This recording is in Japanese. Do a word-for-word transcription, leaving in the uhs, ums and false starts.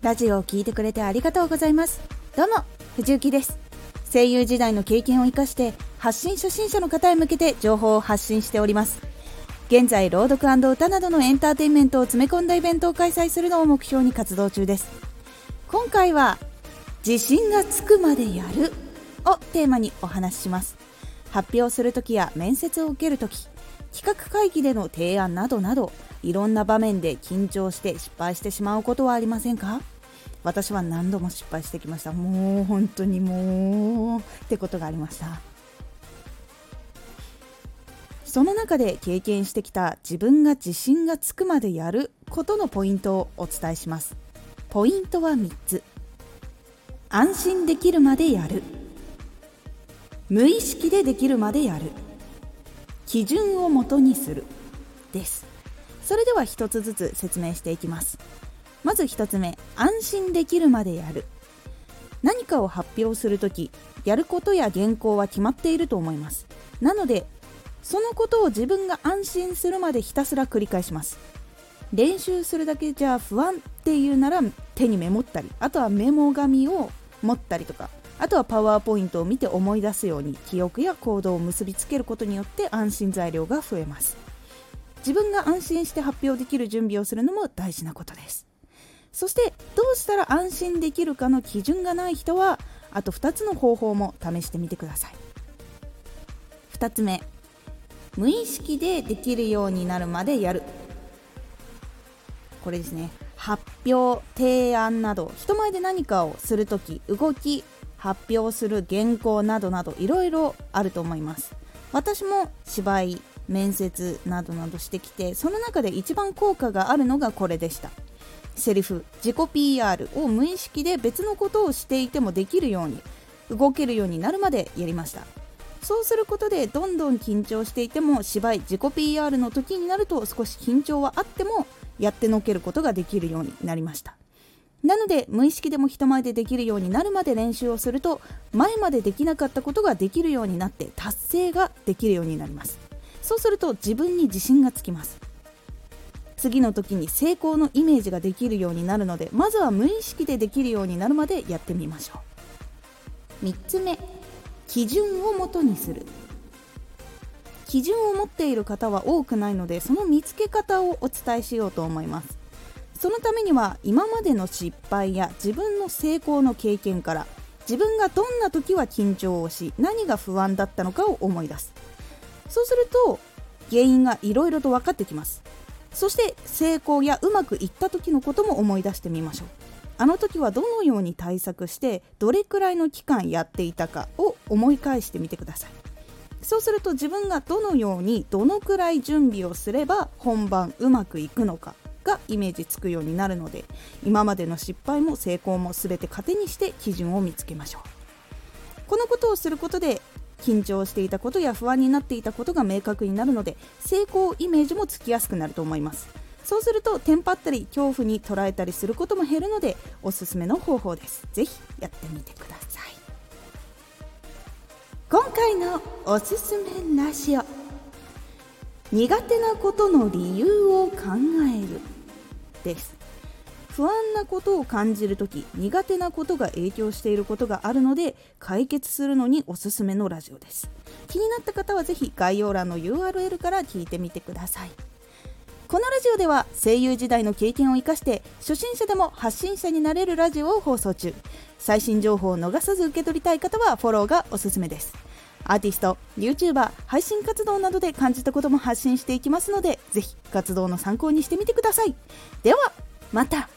ラジオを聞いてくれてありがとうございます。どうも藤幸です。声優時代の経験を生かして発信初心者の方へ向けて情報を発信しております。現在朗読&歌などのエンターテインメントを詰め込んだイベントを開催するのを目標に活動中です。今回は自信がつくまでやるをテーマにお話しします。発表するときや面接を受けるとき、企画会議での提案などなど、いろんな場面で緊張して失敗してしまうことはありませんか？私は何度も失敗してきました。もう本当にもうってことがありました。その中で経験してきた自分が自信がつくまでやることのポイントをお伝えします。ポイントはみっつ。安心できるまでやる、無意識でできるまでやる、基準をもとにするです。それでは一つずつ説明していきます。まず一つ目、安心できるまでやる。何かを発表するとき、やることや原稿は決まっていると思います。なのでそのことを自分が安心するまでひたすら繰り返します。練習するだけじゃ不安っていうなら手にメモったり、あとはメモ紙を持ったりとか、あとはパワーポイントを見て思い出すように記憶や行動を結びつけることによって安心材料が増えます。自分が安心して発表できる準備をするのも大事なことです。そしてどうしたら安心できるかの基準がない人は、あとふたつの方法も試してみてください。ふたつめ、無意識でできるようになるまでやる。これですね。発表、提案など人前で何かをするとき、動き、発表する原稿などなどいろいろあると思います。私も芝居、面接などなどしてきて、その中で一番効果があるのがこれでした。セリフ、自己 ピーアール を無意識で別のことをしていてもできるように、動けるようになるまでやりました。そうすることでどんどん緊張していても、芝居、自己 ピーアール の時になると少し緊張はあってもやってのけることができるようになりました。なので無意識でも人前でできるようになるまで練習をすると、前までできなかったことができるようになって達成ができるようになります。そうすると自分に自信がつきます。次の時に成功のイメージができるようになるので、まずは無意識でできるようになるまでやってみましょう。みっつめ、基準をもとにする。基準を持っている方は多くないので、その見つけ方をお伝えしようと思います。そのためには今までの失敗や自分の成功の経験から、自分がどんな時は緊張をし、何が不安だったのかを思い出す。そうすると原因がいろいろと分かってきます。そして成功やうまくいった時のことも思い出してみましょう。あの時はどのように対策してどれくらいの期間やっていたかを思い返してみてください。そうすると自分がどのようにどのくらい準備をすれば本番うまくいくのかがイメージつくようになるので、今までの失敗も成功も全て糧にして基準を見つけましょう。このことをすることで緊張していたことや不安になっていたことが明確になるので、成功イメージもつきやすくなると思います。そうするとテンパったり恐怖に捉えたりすることも減るので、おすすめの方法です。ぜひやってみてください。今回のおすすめラジオ、苦手なことの理由を考えるです。不安なことを感じるとき、苦手なことが影響していることがあるので、解決するのにおすすめのラジオです。気になった方はぜひ概要欄の ユーアールエル から聞いてみてください。このラジオでは声優時代の経験を生かして初心者でも発信者になれるラジオを放送中。最新情報を逃さず受け取りたい方はフォローがおすすめです。アーティスト、YouTuber、配信活動などで感じたことも発信していきますので、ぜひ活動の参考にしてみてください。ではまた。